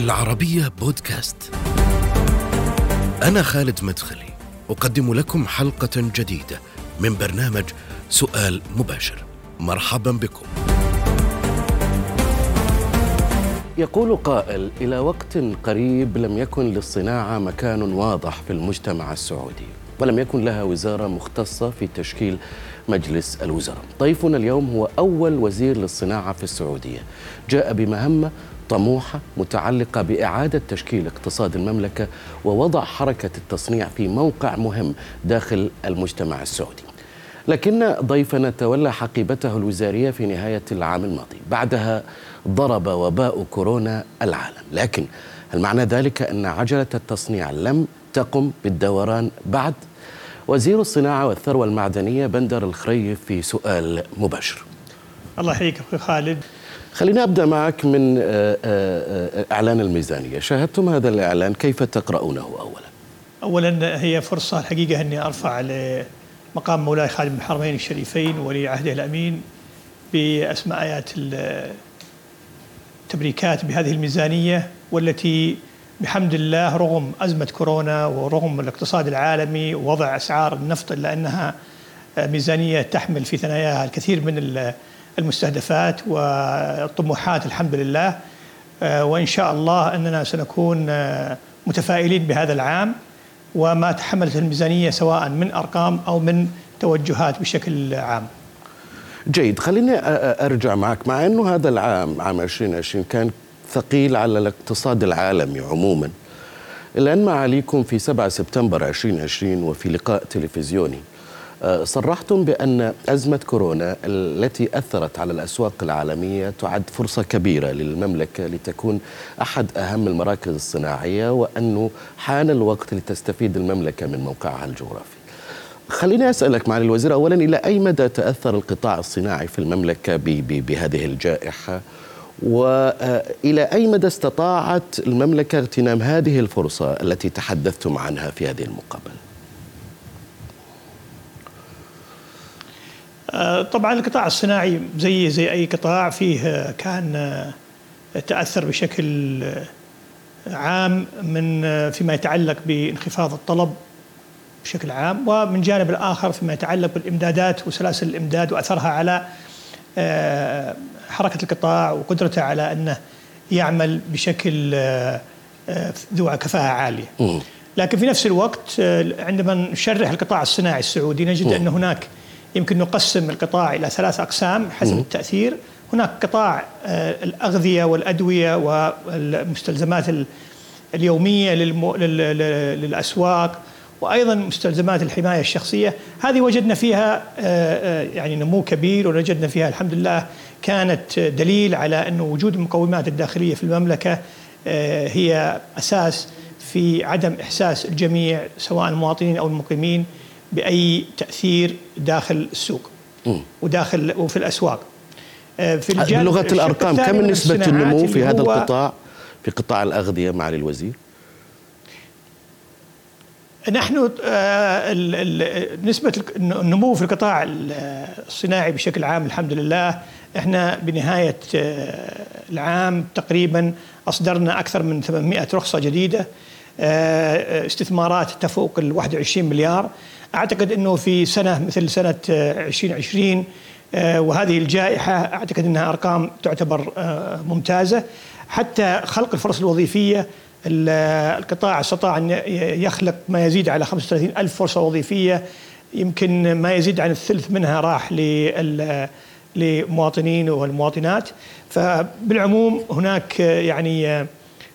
العربية بودكاست. أنا خالد مدخلي أقدم لكم حلقة جديدة من برنامج سؤال مباشر. مرحبا بكم. يقول قائل: إلى وقت قريب لم يكن للصناعة مكان واضح في المجتمع السعودي، ولم يكن لها وزارة مختصة في تشكيل مجلس الوزراء. ضيفنا اليوم هو أول وزير للصناعة في السعودية، جاء بمهمة طموحة متعلقة بإعادة تشكيل اقتصاد المملكة ووضع حركة التصنيع في موقع مهم داخل المجتمع السعودي. لكن ضيفنا تولى حقيبته الوزارية في نهاية العام الماضي، بعدها ضرب وباء كورونا العالم. لكن هل معنى ذلك أن عجلة التصنيع لم تقم بالدوران بعد؟ وزير الصناعة والثروة المعدنية بندر الخريف في سؤال مباشر. الله يحييك أخي خالد. خلينا أبدأ معك من إعلان الميزانية. شاهدتم هذا الإعلان، كيف تقرؤونه أولا؟ أولا هي فرصة الحقيقة أني أرفع لمقام مولاي خادم الحرمين الشريفين ولي عهده الأمين بأسماء آيات التبريكات بهذه الميزانية، والتي بحمد الله رغم أزمة كورونا ورغم الاقتصاد العالمي ووضع أسعار النفط، إلا أنها ميزانية تحمل في ثناياها الكثير من المستهدفات والطموحات الحمد لله. وإن شاء الله أننا سنكون متفائلين بهذا العام وما تحملت الميزانية سواء من أرقام أو من توجهات بشكل عام. جيد، خليني أرجع معك. مع أنه هذا العام، عام 2020، كان ثقيل على الاقتصاد العالمي عموما، إلا أن معاليكم في 7 سبتمبر 2020 وفي لقاء تلفزيوني صرحتم بأن أزمة كورونا التي أثرت على الأسواق العالمية تعد فرصة كبيرة للمملكة لتكون أحد أهم المراكز الصناعية، وأنه حان الوقت لتستفيد المملكة من موقعها الجغرافي. خليني أسألك معالي الوزير، أولا إلى أي مدى تأثر القطاع الصناعي في المملكة بهذه الجائحة، وإلى أي مدى استطاعت المملكة اغتنام هذه الفرصة التي تحدثتم عنها في هذه المقابلة؟ طبعا القطاع الصناعي زي أي قطاع فيه كان تأثر بشكل عام من فيما يتعلق بانخفاض الطلب بشكل عام، ومن جانب الآخر فيما يتعلق بالإمدادات وسلاسل الإمداد وأثرها على حركة القطاع وقدرته على أنه يعمل بشكل ذو كفاءة عالية. لكن في نفس الوقت عندما نشرح القطاع الصناعي السعودي نجد أن هناك يمكن نقسم القطاع إلى 3 أقسام حسب التأثير. هناك قطاع الأغذية والأدوية والمستلزمات اليومية للأسواق، وأيضا مستلزمات الحماية الشخصية. هذه وجدنا فيها يعني نمو كبير، ووجدنا فيها الحمد لله كانت دليل على أن وجود المقومات الداخلية في المملكة هي أساس في عدم إحساس الجميع سواء المواطنين أو المقيمين بأي تأثير داخل السوق وفي الأسواق. بلغة الأرقام، كم نسبة النمو في هذا القطاع، في قطاع الأغذية معالي الوزير؟ نحن نسبة النمو في القطاع الصناعي بشكل عام الحمد لله، احنا بنهاية العام تقريبا أصدرنا أكثر من 800 رخصة جديدة، استثمارات تفوق 21 مليار. أعتقد أنه في سنة مثل سنة 2020 وهذه الجائحة أعتقد أنها أرقام تعتبر ممتازة. حتى خلق الفرص الوظيفية القطاع استطاع أن يخلق ما يزيد على 35 ألف فرصة وظيفية، يمكن ما يزيد عن الثلث منها راح للمواطنين والمواطنات. فبالعموم هناك يعني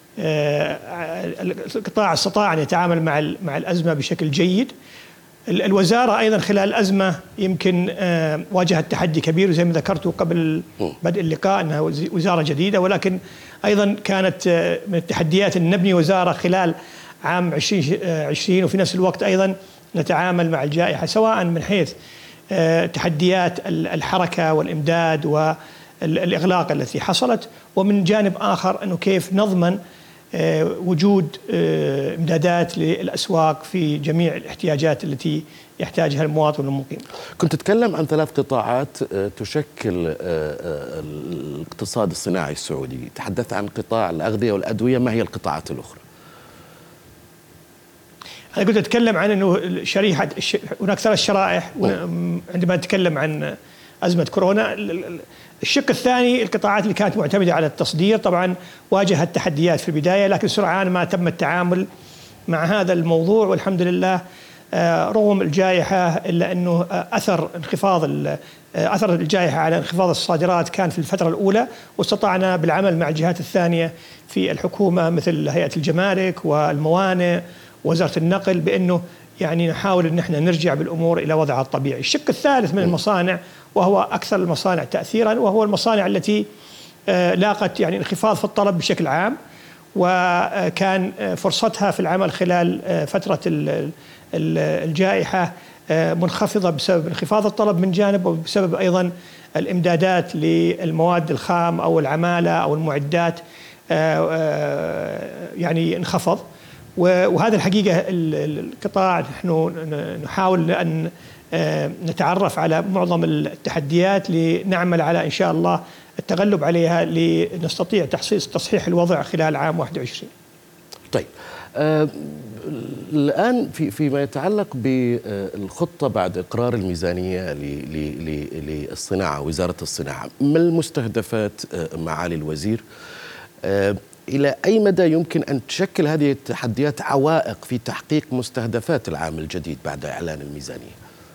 القطاع استطاع أن يتعامل مع الأزمة بشكل جيد. الوزارة أيضا خلال الأزمة يمكن واجهت تحدي كبير، وزي ما ذكرت قبل بدء اللقاء أنها وزارة جديدة، ولكن أيضا كانت من التحديات أن نبني وزارة خلال عام 2020 وفي نفس الوقت أيضا نتعامل مع الجائحة، سواء من حيث تحديات الحركة والإمداد والإغلاق التي حصلت، ومن جانب آخر أنه كيف نضمن وجود إمدادات للأسواق في جميع الاحتياجات التي يحتاجها المواطن المقيم. كنت تتكلم عن 3 قطاعات تشكل الاقتصاد الصناعي السعودي، تحدثت عن قطاع الأغذية والأدوية، ما هي القطاعات الأخرى؟ أنا كنت أتكلم عن أنه شريحة هناك 3 شرائح عندما نتكلم عن أزمة كورونا. الشق الثاني القطاعات اللي كانت معتمدة على التصدير، طبعا واجهت تحديات في البداية، لكن سرعان ما تم التعامل مع هذا الموضوع والحمد لله. رغم الجائحة إلا أنه أثر الجائحة على انخفاض الصادرات كان في الفترة الأولى، واستطعنا بالعمل مع الجهات الثانية في الحكومة مثل هيئة الجمارك والموانئ ووزارة النقل بأنه يعني نحاول أن احنا نرجع بالأمور إلى وضعها الطبيعي. الشق الثالث من المصانع وهو أكثر المصانع تأثيرا، وهو المصانع التي لاقت يعني انخفاض في الطلب بشكل عام، وكان فرصتها في العمل خلال فترة الجائحة منخفضة بسبب انخفاض الطلب من جانب، وبسبب أيضا الإمدادات للمواد الخام أو العمالة أو المعدات يعني انخفض. وهذا الحقيقة القطاع نحن نحاول أن نتعرف على معظم التحديات لنعمل على إن شاء الله التغلب عليها لنستطيع تصحيح الوضع خلال عام 21. طيب الآن فيما يتعلق بالخطة بعد إقرار الميزانية للصناعة، وزارة الصناعة، ما المستهدفات معالي الوزير؟ إلى أي مدى يمكن أن تشكل هذه التحديات عوائق في تحقيق مستهدفات العام الجديد بعد إعلان الميزانية؟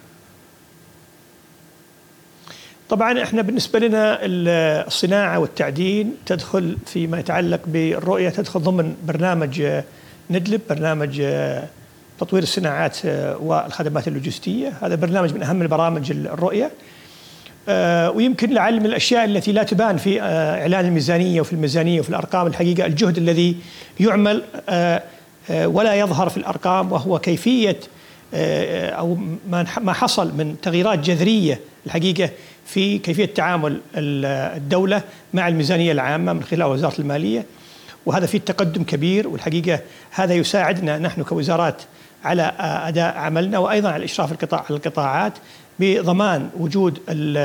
طبعا احنا بالنسبة لنا الصناعة والتعدين تدخل فيما يتعلق بالرؤية، تدخل ضمن برنامج ندلب، برنامج تطوير الصناعات والخدمات اللوجستية. هذا برنامج من أهم البرامج الرؤية، ويمكن لعل من الأشياء التي لا تبان في إعلان الميزانية وفي الميزانية وفي الأرقام الحقيقة الجهد الذي يعمل ولا يظهر في الأرقام، وهو كيفية أو ما حصل من تغييرات جذرية الحقيقة في كيفية تعامل الدولة مع الميزانية العامة من خلال وزارة المالية، وهذا فيه تقدم كبير. والحقيقة هذا يساعدنا نحن كوزارات على أداء عملنا، وأيضا على الإشراف على القطاعات بضمان وجود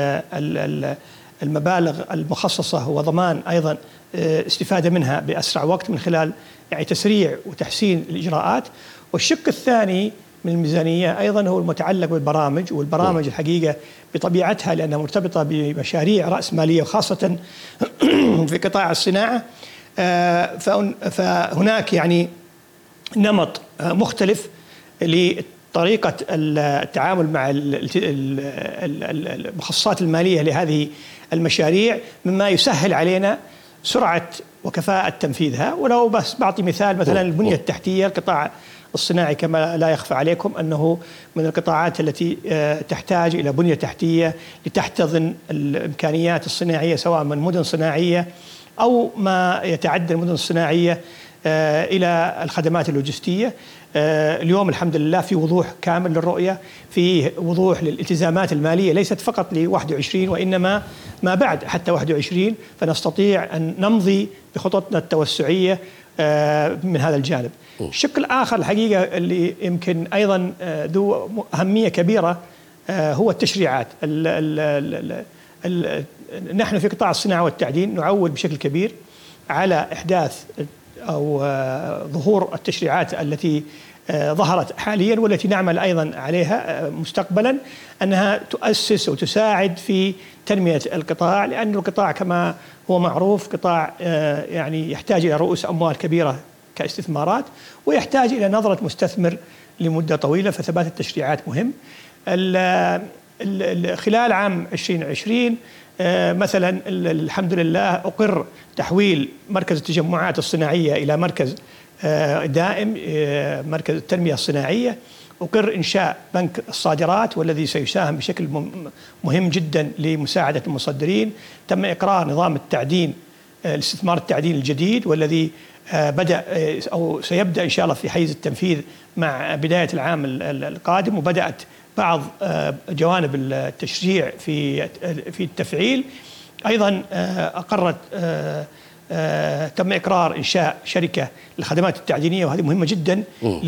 المبالغ المخصصة، وضمان أيضا استفادة منها بأسرع وقت من خلال يعني تسريع وتحسين الإجراءات. والشق الثاني من الميزانية أيضا هو المتعلق بالبرامج، والبرامج الحقيقة بطبيعتها لأنها مرتبطة بمشاريع رأسمالية وخاصة في قطاع الصناعة، فهناك يعني نمط مختلف لطريقة التعامل مع المخصصات المالية لهذه المشاريع، مما يسهل علينا سرعة وكفاءة تنفيذها. ولو بس بعطي مثال، مثلا البنية التحتية، القطاع الصناعي كما لا يخفى عليكم أنه من القطاعات التي تحتاج إلى بنية تحتية لتحتضن الإمكانيات الصناعية، سواء من مدن صناعية أو ما يتعدى المدن الصناعية إلى الخدمات اللوجستية. اليوم الحمد لله في وضوح كامل للرؤية، في وضوح للالتزامات المالية ليست فقط ل21 وإنما ما بعد حتى 21، فنستطيع أن نمضي بخططنا التوسعية من هذا الجانب. الشق الآخر الحقيقة اللي يمكن أيضا ذو أهمية كبيرة هو التشريعات. نحن في قطاع الصناعة والتعدين نعول بشكل كبير على إحداث أو ظهور التشريعات التي ظهرت حاليا والتي نعمل أيضا عليها مستقبلا، أنها تؤسس وتساعد في تنمية القطاع، لأن القطاع كما هو معروف قطاع يعني يحتاج إلى رؤوس أموال كبيرة كاستثمارات، ويحتاج إلى نظرة مستثمر لمدة طويلة، فثبات التشريعات مهم. خلال عام 2020 مثلا الحمد لله أقر تحويل مركز التجمعات الصناعية إلى مركز دائم، مركز التنمية الصناعية. أقر إنشاء بنك الصادرات والذي سيساهم بشكل مهم جدا لمساعدة المصدرين. تم إقرار نظام التعدين، الاستثمار التعدين الجديد، والذي بدأ أو سيبدأ إن شاء الله في حيز التنفيذ مع بداية العام القادم، وبدأت بعض جوانب التشريع في التفعيل. أيضا أقرت تم إقرار إنشاء شركة للخدمات التعدينية، وهذه مهمة جدا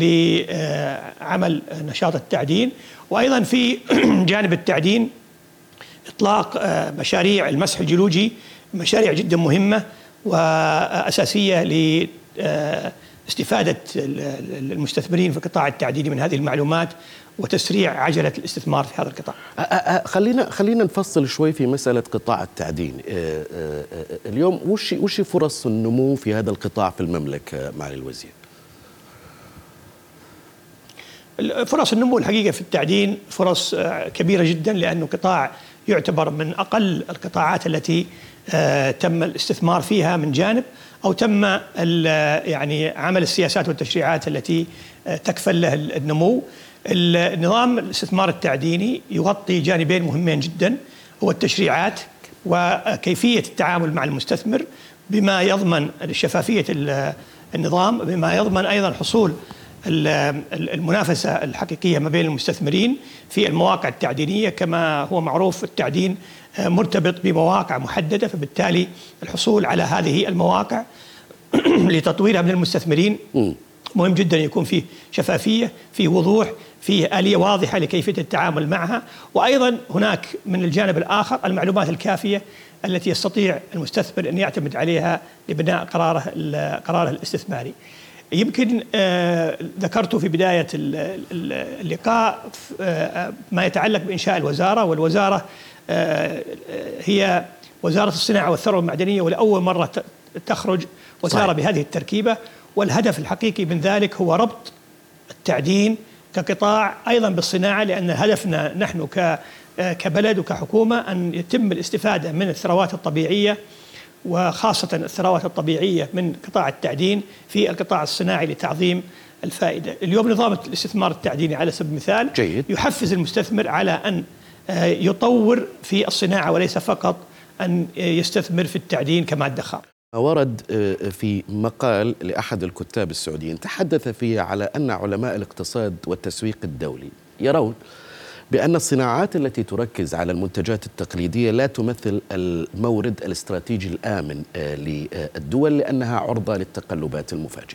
لعمل نشاط التعدين. وأيضا في جانب التعدين إطلاق مشاريع المسح الجيولوجي، مشاريع جدا مهمة وأساسية لاستفادة المستثمرين في القطاع التعديني من هذه المعلومات وتسريع عجلة الاستثمار في هذا القطاع. خلينا نفصل شوي في مسألة قطاع التعدين. اليوم وش فرص النمو في هذا القطاع في المملكة معالي الوزير؟ فرص النمو الحقيقة في التعدين فرص كبيرة جدا، لأنه قطاع يعتبر من أقل القطاعات التي تم الاستثمار فيها من جانب، أو تم يعني عمل السياسات والتشريعات التي تكفل له النمو. النظام الاستثمار التعديني يغطي جانبين مهمين جدا، هو التشريعات وكيفية التعامل مع المستثمر بما يضمن شفافية النظام، بما يضمن أيضا حصول المنافسة الحقيقية ما بين المستثمرين في المواقع التعدينية. كما هو معروف التعدين مرتبط بمواقع محددة، فبالتالي الحصول على هذه المواقع لتطويرها من المستثمرين مهم جدا يكون فيه شفافية، فيه وضوح، فيه آلية واضحة لكيفية التعامل معها. وأيضا هناك من الجانب الآخر المعلومات الكافية التي يستطيع المستثمر أن يعتمد عليها لبناء قراره الاستثماري. يمكن ذكرت في بداية اللقاء ما يتعلق بإنشاء الوزارة، والوزارة هي وزارة الصناعة والثروة المعدنية، ولأول مرة تخرج وزارة صحيح. بهذه التركيبة، والهدف الحقيقي من ذلك هو ربط التعدين كقطاع أيضا بالصناعة، لأن هدفنا نحن كبلد وكحكومة أن يتم الاستفادة من الثروات الطبيعية، وخاصة الثروات الطبيعية من قطاع التعدين في القطاع الصناعي لتعظيم الفائدة. اليوم نظام الاستثمار التعديني على سبيل المثال جيد. يحفز المستثمر على أن يطور في الصناعة وليس فقط أن يستثمر في التعدين كمادة خام. ورد في مقال لأحد الكتاب السعوديين تحدث فيه على أن علماء الاقتصاد والتسويق الدولي يرون بأن الصناعات التي تركز على المنتجات التقليدية لا تمثل المورد الاستراتيجي الآمن للدول، لأنها عرضة للتقلبات المفاجئة.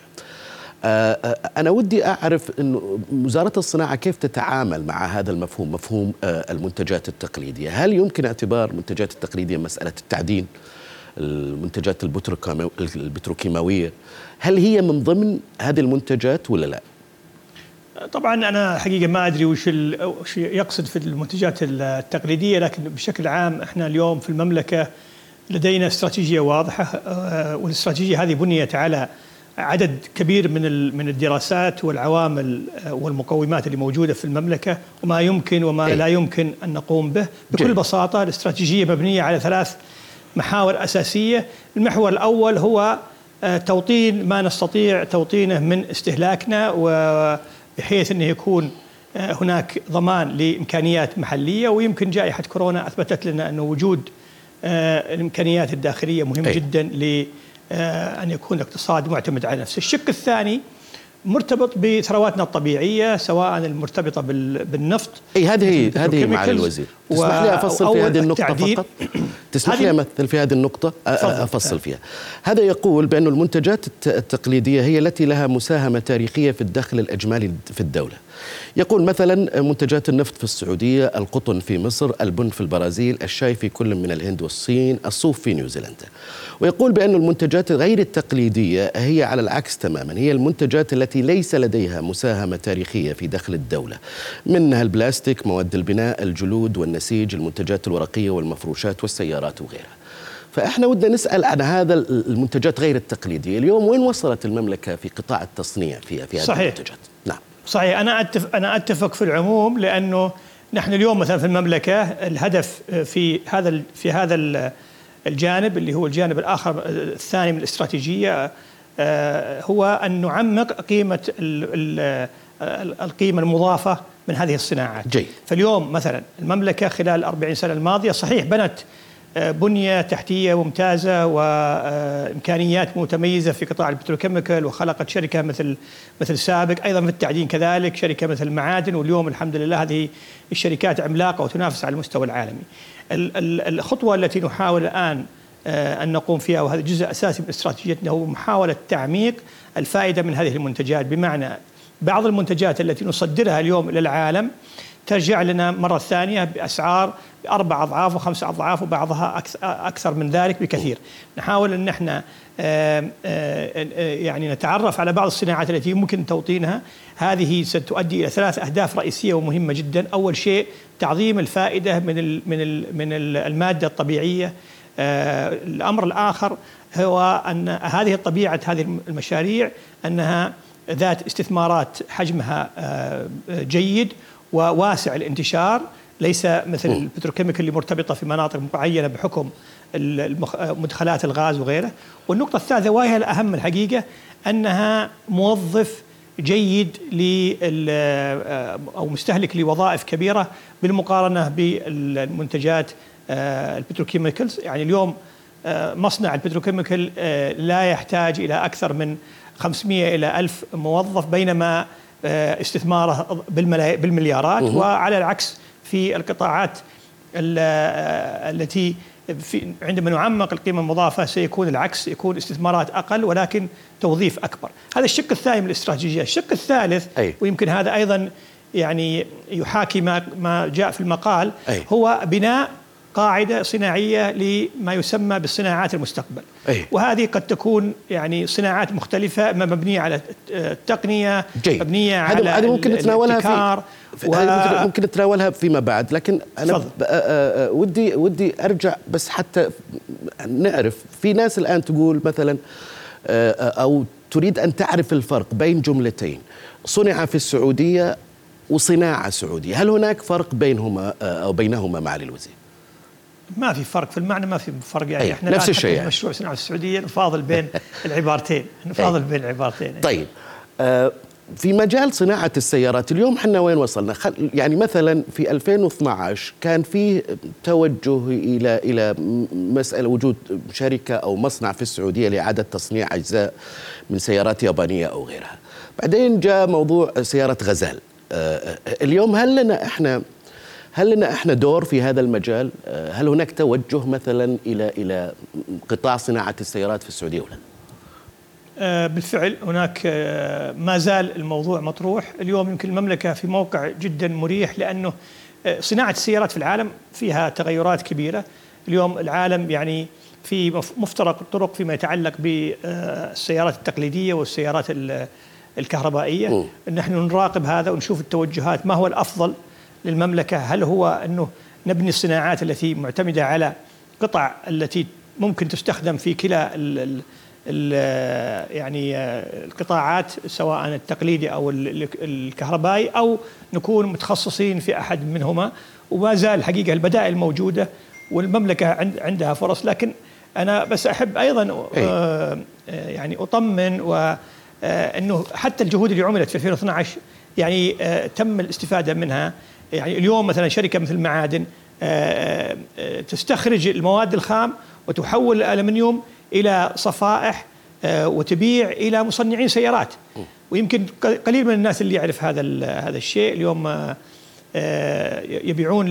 أنا ودي أعرف أن وزارة الصناعة كيف تتعامل مع هذا المفهوم، مفهوم المنتجات التقليدية. هل يمكن اعتبار المنتجات التقليدية مسألة التعدين، المنتجات البتروكيماوية، هل هي من ضمن هذه المنتجات ولا لا؟ طبعا أنا حقيقة ما أدري وش يقصد في المنتجات التقليدية، لكن بشكل عام إحنا اليوم في المملكة لدينا استراتيجية واضحة، والاستراتيجية هذه بنيت على عدد كبير من الدراسات والعوامل والمقومات اللي موجودة في المملكة، وما يمكن وما لا يمكن أن نقوم به. بكل بساطة الاستراتيجية مبنية على 3 محاور أساسية. المحور الأول هو توطين ما نستطيع توطينه من استهلاكنا، وبحيث أنه يكون هناك ضمان لإمكانيات محلية. ويمكن جائحة كورونا أثبتت لنا أن وجود الإمكانيات الداخلية مهم جدا لأن يكون الاقتصاد معتمد على نفسه. الشق الثاني مرتبط بثرواتنا الطبيعية، سواء المرتبطة بالنفط. هذه معالي الوزير تسمح لي أفصل في هذه النقطة فقط؟ تسمح لي أمثل في هذه النقطة أفصل فيها. هذا يقول بأن المنتجات التقليدية هي التي لها مساهمة تاريخية في الدخل الإجمالي في الدولة. يقول مثلا منتجات النفط في السعودية، القطن في مصر، البن في البرازيل، الشاي في كل من الهند والصين، الصوف في نيوزيلندا. ويقول بأن المنتجات غير التقليدية هي على العكس تماما، هي المنتجات التي ليس لديها مساهمة تاريخية في دخل الدولة، منها البلاستيك، مواد البناء، الجلود والنسيج، المنتجات الورقية والمفروشات والسيارات وغيرها. فإحنا ودنا نسأل عن هذا المنتجات غير التقليدية. اليوم وين وصلت المملكة في قطاع التصنيع في هذه المنتجات؟ نعم صحيح. أنا أتفق في العموم، لأنه نحن اليوم مثلا في المملكة الهدف في هذا الجانب اللي هو الجانب الآخر الثاني من الاستراتيجية هو أن نعمق القيمة المضافة من هذه الصناعات. جيد. فاليوم مثلا المملكة خلال 40 سنة الماضية صحيح بنت بنية تحتية ممتازة وإمكانيات متميزة في قطاع البتروكيميكال، وخلقت شركة مثل سابق، أيضا في التعدين كذلك شركة مثل المعادن، واليوم الحمد لله هذه الشركات عملاقة وتنافس على المستوى العالمي. الخطوة التي نحاول الآن أن نقوم فيها، وهذا جزء أساسي من استراتيجيتنا، هو محاولة تعميق الفائدة من هذه المنتجات. بمعنى بعض المنتجات التي نصدرها اليوم إلى العالم ترجع لنا مرة ثانية بأسعار 4 أضعاف و5 أضعاف، وبعضها أكثر من ذلك بكثير. نحاول أن احنا يعني نتعرف على بعض الصناعات التي يمكن توطينها. هذه ستؤدي إلى 3 أهداف رئيسية ومهمة جدا. أول شيء تعظيم الفائدة من المادة الطبيعية. الأمر الآخر هو أن هذه الطبيعة هذه المشاريع أنها ذات استثمارات حجمها جيد وواسع الانتشار، ليس مثل البتروكيميكال اللي مرتبطة في مناطق معينة بحكم مدخلات الغاز وغيره. والنقطة الثالثة وهي الأهم الحقيقة، أنها موظف جيد أو مستهلك لوظائف كبيرة بالمقارنة بالمنتجات البتروكيميكالز. يعني اليوم مصنع البتروكيميكال لا يحتاج إلى أكثر من 500 إلى 1000 موظف، بينما استثماره بالمليارات. وعلى العكس في القطاعات التي عندما نعمق القيمة المضافة سيكون العكس، يكون استثمارات أقل ولكن توظيف أكبر. هذا الشق الثاني من الاستراتيجية. الشق الثالث ويمكن هذا أيضا يعني يحاكي ما جاء في المقال، هو بناء قاعدة صناعية لما يسمى بالصناعات المستقبل. وهذه قد تكون يعني صناعات مختلفة مبنية على التقنية، مبنية على هذه ممكن نتناولها ممكن نتناولها فيما بعد. لكن أنا ودي أرجع بس حتى نعرف، في ناس الآن تقول مثلا أو تريد أن تعرف الفرق بين جملتين: صنع في السعودية وصناعة سعودية. هل هناك فرق بينهما أو بينهما معالي الوزير؟ ما في فرق في المعنى، ما في فرق. يعني احنا نفس الشيء يعني. مشروع صناعة السعودية نفاضل بين العبارتين، بين العبارتين. طيب في مجال صناعة السيارات اليوم احنا وين وصلنا؟ يعني مثلا في 2012 كان فيه توجه إلى مسألة وجود شركة أو مصنع في السعودية لإعادة تصنيع أجزاء من سيارات يابانية أو غيرها. بعدين جاء موضوع سيارة غزال. اليوم هل لنا احنا دور في هذا المجال؟ هل هناك توجه مثلا إلى قطاع صناعة السيارات في السعودية ولا لا؟ بالفعل هناك ما زال الموضوع مطروح. اليوم يمكن المملكة في موقع جدا مريح، لأنه صناعة السيارات في العالم فيها تغيرات كبيرة. اليوم العالم يعني في مفترق الطرق فيما يتعلق بالسيارات التقليدية والسيارات الكهربائية. نحن نراقب هذا ونشوف التوجهات، ما هو الأفضل للمملكة. هل هو أنه نبني الصناعات التي معتمدة على قطع التي ممكن تستخدم في كلا يعني القطاعات، سواء التقليدي أو الكهربائي، أو نكون متخصصين في أحد منهما. وما زال الحقيقة البدائل موجودة والمملكة عندها فرص. لكن أنا بس أحب أيضا يعني أطمن وأنه حتى الجهود اللي عملت في 2012 يعني تم الاستفادة منها. يعني اليوم مثلا شركة مثل معادن تستخرج المواد الخام وتحول الألمنيوم إلى صفائح وتبيع إلى مصنعين سيارات. ويمكن قليل من الناس اللي يعرف هذا الشيء. اليوم يبيعون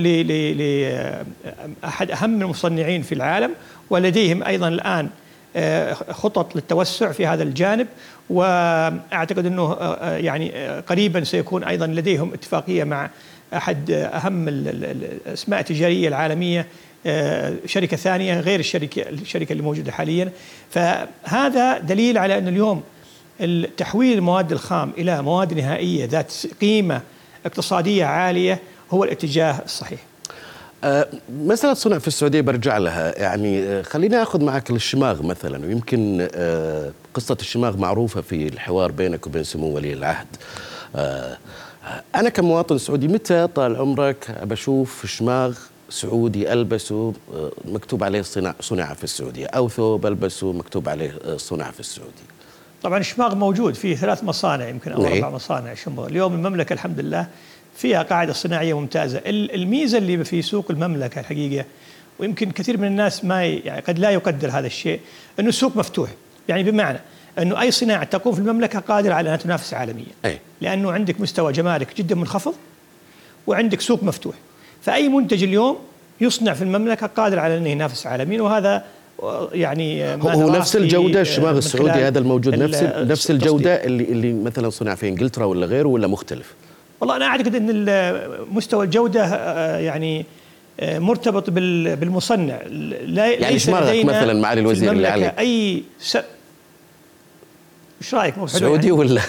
لأحد أهم المصنعين في العالم، ولديهم أيضا الآن خطط للتوسع في هذا الجانب. وأعتقد أنه يعني قريبا سيكون أيضا لديهم اتفاقية مع أحد أهم الأسماء التجارية العالمية، شركة ثانية غير الشركة اللي موجودة حاليا. فهذا دليل على أن اليوم تحويل المواد الخام إلى مواد نهائية ذات قيمة اقتصادية عالية هو الاتجاه الصحيح. مسألة صنع في السعودية برجع لها. يعني خلينا أخذ معك الشماغ مثلا، ويمكن قصة الشماغ معروفة في الحوار بينك وبين سمو ولي العهد. أنا كمواطن سعودي متى طال عمرك بشوف شماغ سعودي ألبسه مكتوب عليه صنع في السعودية، أو ثوب ألبسه مكتوب عليه صنع في السعودية؟ طبعا الشماغ موجود في 3 مصانع يمكن أو 4 مصانع شماغ. اليوم المملكة الحمد لله فيها قاعدة صناعية ممتازة. الميزة اللي في سوق المملكة الحقيقة، ويمكن كثير من الناس يعني قد لا يقدر هذا الشيء، أنه السوق مفتوح. يعني بمعنى أنه أي صناعة تقوم في المملكة قادرة على أن تنافس عالميا، لأنه عندك مستوى جمارك جدا منخفض وعندك سوق مفتوح. فأي منتج اليوم يصنع في المملكة قادر على أنه ينافس عالميا، وهذا يعني هو نفس الجودة الشماغ السعودي هذا الموجود نفس الجودة اللي مثلا صنع في إنجلترا ولا غيره ولا مختلف؟ والله أنا أعتقد أن مستوى الجودة يعني مرتبط بالمصنع. يعني شماغك مثلا معالي الوزير اللي عليك ايش رايك؟ مو سعودي يعني؟ ولا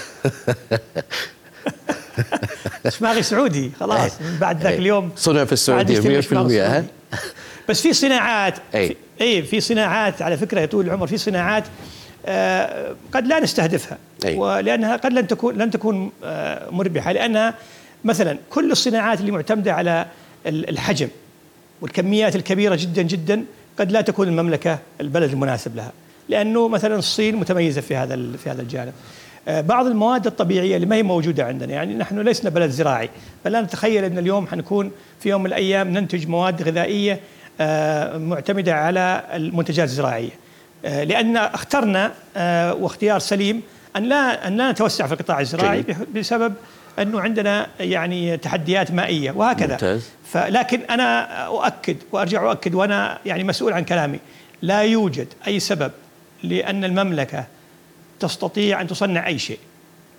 شماغي سعودي خلاص من بعد ذاك اليوم صنع في السعودية 100%. بس في صناعات في صناعات على فكرة يا طول العمر، في صناعات قد لا نستهدفها ولأنها قد لن تكون مربحة، لأنها مثلا كل الصناعات اللي معتمدة على الحجم والكميات الكبيرة جدا جدا قد لا تكون المملكة البلد المناسب لها، لأنه مثلا الصين متميزة في هذا الجانب. بعض المواد الطبيعية اللي ما هي موجودة عندنا، يعني نحن لسنا بلد زراعي، فلا نتخيل أن اليوم حنكون في يوم من الأيام ننتج مواد غذائية معتمدة على المنتجات الزراعية، لأن اخترنا واختيار سليم أن لا نتوسع في القطاع الزراعي بسبب أنه عندنا يعني تحديات مائية وهكذا. ممتاز. لكن أنا أؤكد وأرجع أؤكد وأنا يعني مسؤول عن كلامي، لا يوجد أي سبب لأن المملكة تستطيع أن تصنع أي شيء.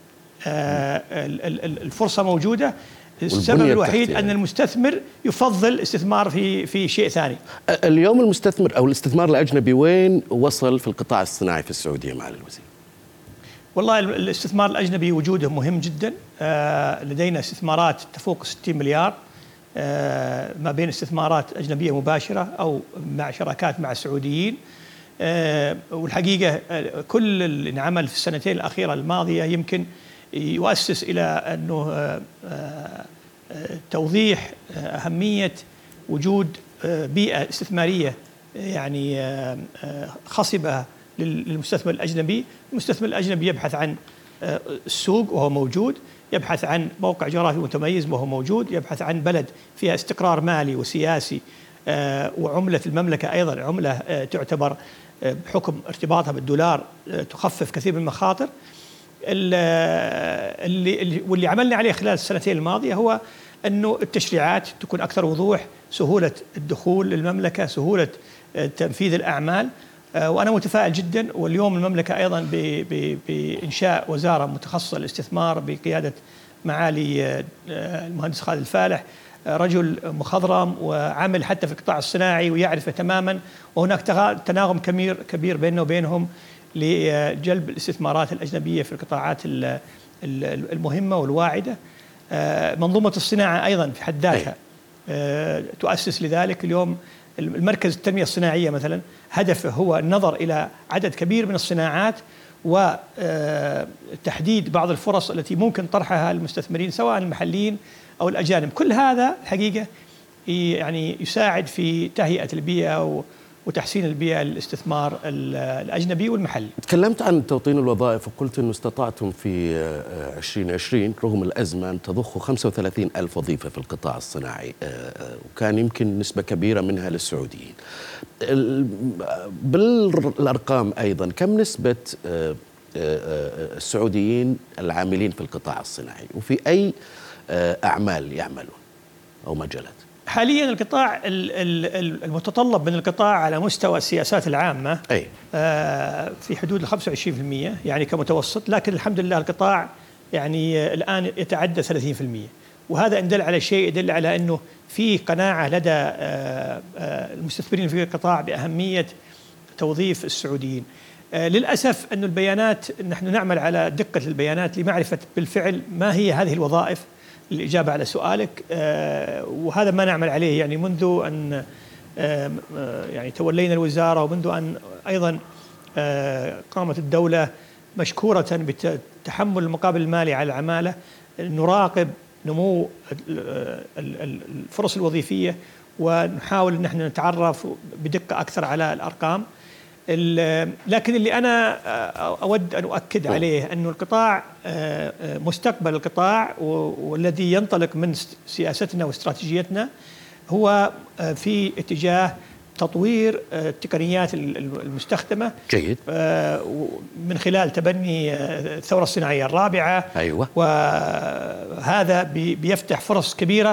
الفرصة موجودة، السبب الوحيد أن المستثمر يفضل استثمار في شيء ثاني. اليوم المستثمر أو الاستثمار الأجنبي وين وصل في القطاع الصناعي في السعودية معالي الوزير؟ والله الاستثمار الأجنبي وجوده مهم جدا. لدينا استثمارات تفوق 60 مليار ما بين استثمارات أجنبية مباشرة أو مع شراكات مع السعوديين. والحقيقة كل اللي انعمل في السنتين الأخيرة الماضية يمكن يؤسس إلى أنه توضيح أهمية وجود بيئة استثمارية يعني خصبة للمستثمر الأجنبي. المستثمر الأجنبي يبحث عن السوق وهو موجود، يبحث عن موقع جغرافي متميز وهو موجود، يبحث عن بلد فيها استقرار مالي وسياسي، وعملة المملكة أيضا عملة تعتبر بحكم ارتباطها بالدولار تخفف كثير من المخاطر. واللي عملنا عليه خلال السنتين الماضية هو أنه التشريعات تكون أكثر وضوح، سهولة الدخول للمملكة، سهولة تنفيذ الأعمال. وأنا متفائل جدا. واليوم المملكة أيضا بإنشاء وزارة متخصصة للاستثمار بقيادة معالي المهندس خالد الفالح، رجل مخضرم وعمل حتى في القطاع الصناعي ويعرفه تماما، وهناك تناغم كبير بيننا وبينهم لجلب الاستثمارات الأجنبية في القطاعات المهمة والواعدة. منظومة الصناعة أيضا في حد ذاتها تؤسس لذلك. اليوم المركز التنمية الصناعية مثلا هدفه هو النظر إلى عدد كبير من الصناعات وتحديد بعض الفرص التي ممكن طرحها المستثمرين سواء المحليين أو الأجانب. كل هذا الحقيقة يعني يساعد في تهيئة البيئة وتحسين البيئة للاستثمار الأجنبي والمحلي. تكلمت عن توطين الوظائف وقلت أنه استطعتم في 2020 رغم الأزمة أن تضخوا 35 ألف وظيفة في القطاع الصناعي، وكان يمكن نسبة كبيرة منها للسعوديين. بالأرقام أيضا كم نسبة السعوديين العاملين في القطاع الصناعي وفي أي أعمال يعملون أو مجالات؟ حاليا القطاع المتطلب من القطاع على مستوى السياسات العامة في حدود 25% يعني كمتوسط، لكن الحمد لله القطاع يعني الآن يتعدى 30%. وهذا إن دل على شيء يدل على أنه في قناعة لدى المستثمرين في القطاع بأهمية توظيف السعوديين. للأسف أن البيانات نحن نعمل على دقة البيانات لمعرفة بالفعل ما هي هذه الوظائف. الإجابة على سؤالك وهذا ما نعمل عليه يعني منذ أن يعني تولينا الوزارة، ومنذ أن أيضا قامت الدولة مشكورة بتحمل المقابل المالي على العمالة نراقب نمو الفرص الوظيفية ونحاول أن احنا نتعرف بدقة أكثر على الأرقام. لكن اللي أنا أود أن أؤكد عليه أن القطاع مستقبل القطاع والذي ينطلق من سياستنا واستراتيجيتنا هو في اتجاه تطوير التقنيات المستخدمة. جيد. من خلال تبني الثورة الصناعية الرابعة. أيوة. وهذا بيفتح فرص كبيرة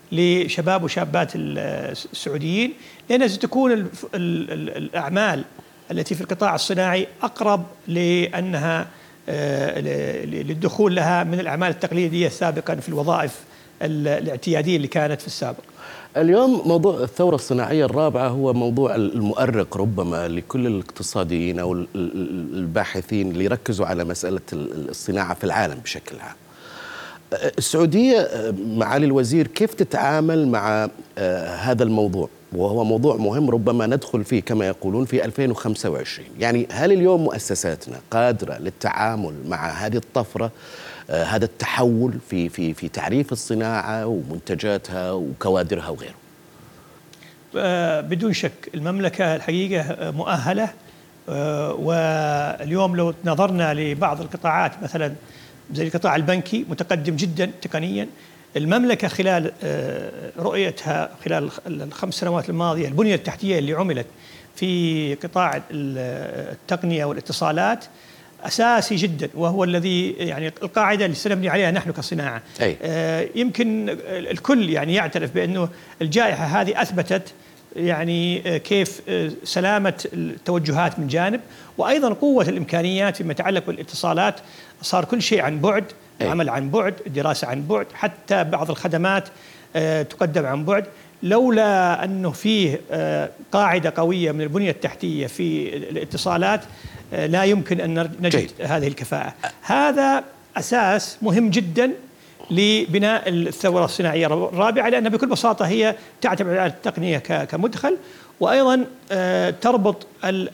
لشباب وشابات السعوديين، لأنها ستكون الأعمال التي في القطاع الصناعي أقرب لأنها للدخول لها من الأعمال التقليدية سابقا في الوظائف الاعتيادية اللي كانت في السابق. اليوم موضوع الثورة الصناعية الرابعة هو موضوع المؤرق ربما لكل الاقتصاديين أو الباحثين اللي يركزوا على مسألة الصناعة في العالم بشكل عام. السعودية معالي الوزير كيف تتعامل مع هذا الموضوع، وهو موضوع مهم ربما ندخل فيه كما يقولون في 2025؟ يعني هل اليوم مؤسساتنا قادرة للتعامل مع هذه الطفرة، هذا التحول في تعريف الصناعة ومنتجاتها وكوادرها وغيره؟ بدون شك المملكة الحقيقة مؤهلة، واليوم لو نظرنا لبعض القطاعات مثلا زي القطاع البنكي متقدم جدا تقنيا. المملكة خلال رؤيتها خلال ال5 سنوات الماضية البنية التحتية اللي عملت في قطاع التقنية والاتصالات أساسي جدا، وهو الذي يعني القاعدة اللي سنبني عليها نحن كصناعة. يمكن الكل يعني يعترف بأنه الجائحة هذه أثبتت يعني كيف سلامة التوجهات من جانب، وأيضا قوة الإمكانيات فيما يتعلق بالاتصالات. صار كل شيء عن بعد، عمل عن بعد، الدراسة عن بعد، حتى بعض الخدمات تقدم عن بعد. لولا أنه فيه قاعدة قوية من البنية التحتية في الاتصالات لا يمكن أن نجد هذه الكفاءة. هذا أساس مهم جدا لبناء الثورة الصناعية الرابعة، لأنها بكل بساطة هي تعتمد على التقنية كمدخل، وأيضا تربط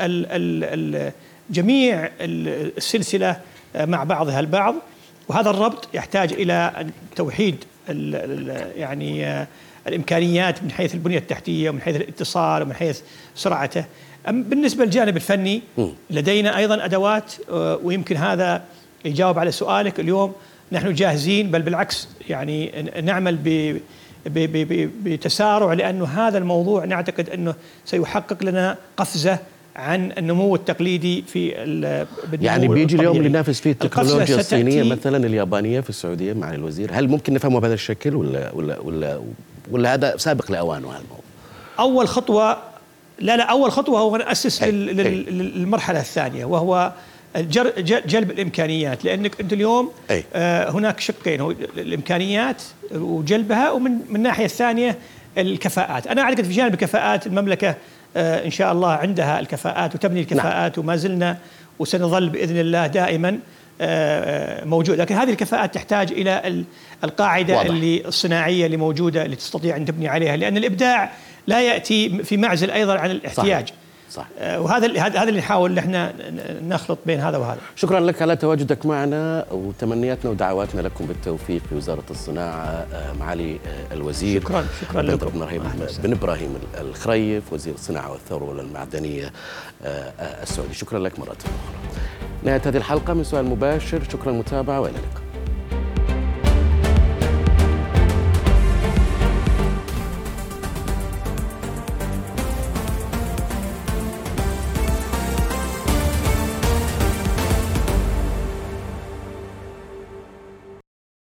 جميع السلسلة مع بعضها البعض. وهذا الربط يحتاج إلى توحيد يعني الإمكانيات من حيث البنية التحتية ومن حيث الاتصال ومن حيث سرعته. بالنسبة للجانب الفني لدينا أيضا أدوات، ويمكن هذا يجاوب على سؤالك. اليوم نحن جاهزين، بل بالعكس يعني نعمل بتسارع، لأنه هذا الموضوع نعتقد أنه سيحقق لنا قفزة عن النمو التقليدي في يعني بيجي اليوم اللي ينافس فيه التكنولوجيا الصينية مثلا اليابانية في السعودية معالي الوزير. هل ممكن نفهمه بهذا الشكل ولا هذا سابق لأوانه هالموضوع؟ أول خطوة أول خطوة هو نأسس للمرحلة الثانية، وهو جلب الإمكانيات. لأنك أنت اليوم هناك شقين، هو الإمكانيات وجلبها، ومن الناحية الثانية الكفاءات. أنا أعتقد في جانب الكفاءات المملكة إن شاء الله عندها الكفاءات وتبني الكفاءات، وما زلنا وسنظل بإذن الله دائما موجود. لكن هذه الكفاءات تحتاج إلى القاعدة اللي الصناعية اللي موجودة اللي تستطيع أن تبني عليها، لأن الإبداع لا يأتي في معزل أيضا عن الاحتياج. صح. وهذا اللي نحاول نحن نخلط بين هذا وهذا. شكرا لك على تواجدك معنا، وتمنياتنا ودعواتنا لكم بالتوفيق في وزارة الصناعة معالي الوزير. شكرا لكم. بن إبراهيم الخريف، وزير الصناعة والثروة المعدنية السعودي. شكرا لك مرة أخرى. نهاية هذه الحلقة من سؤال مباشر. شكرا للمتابعة وإلى اللقاء.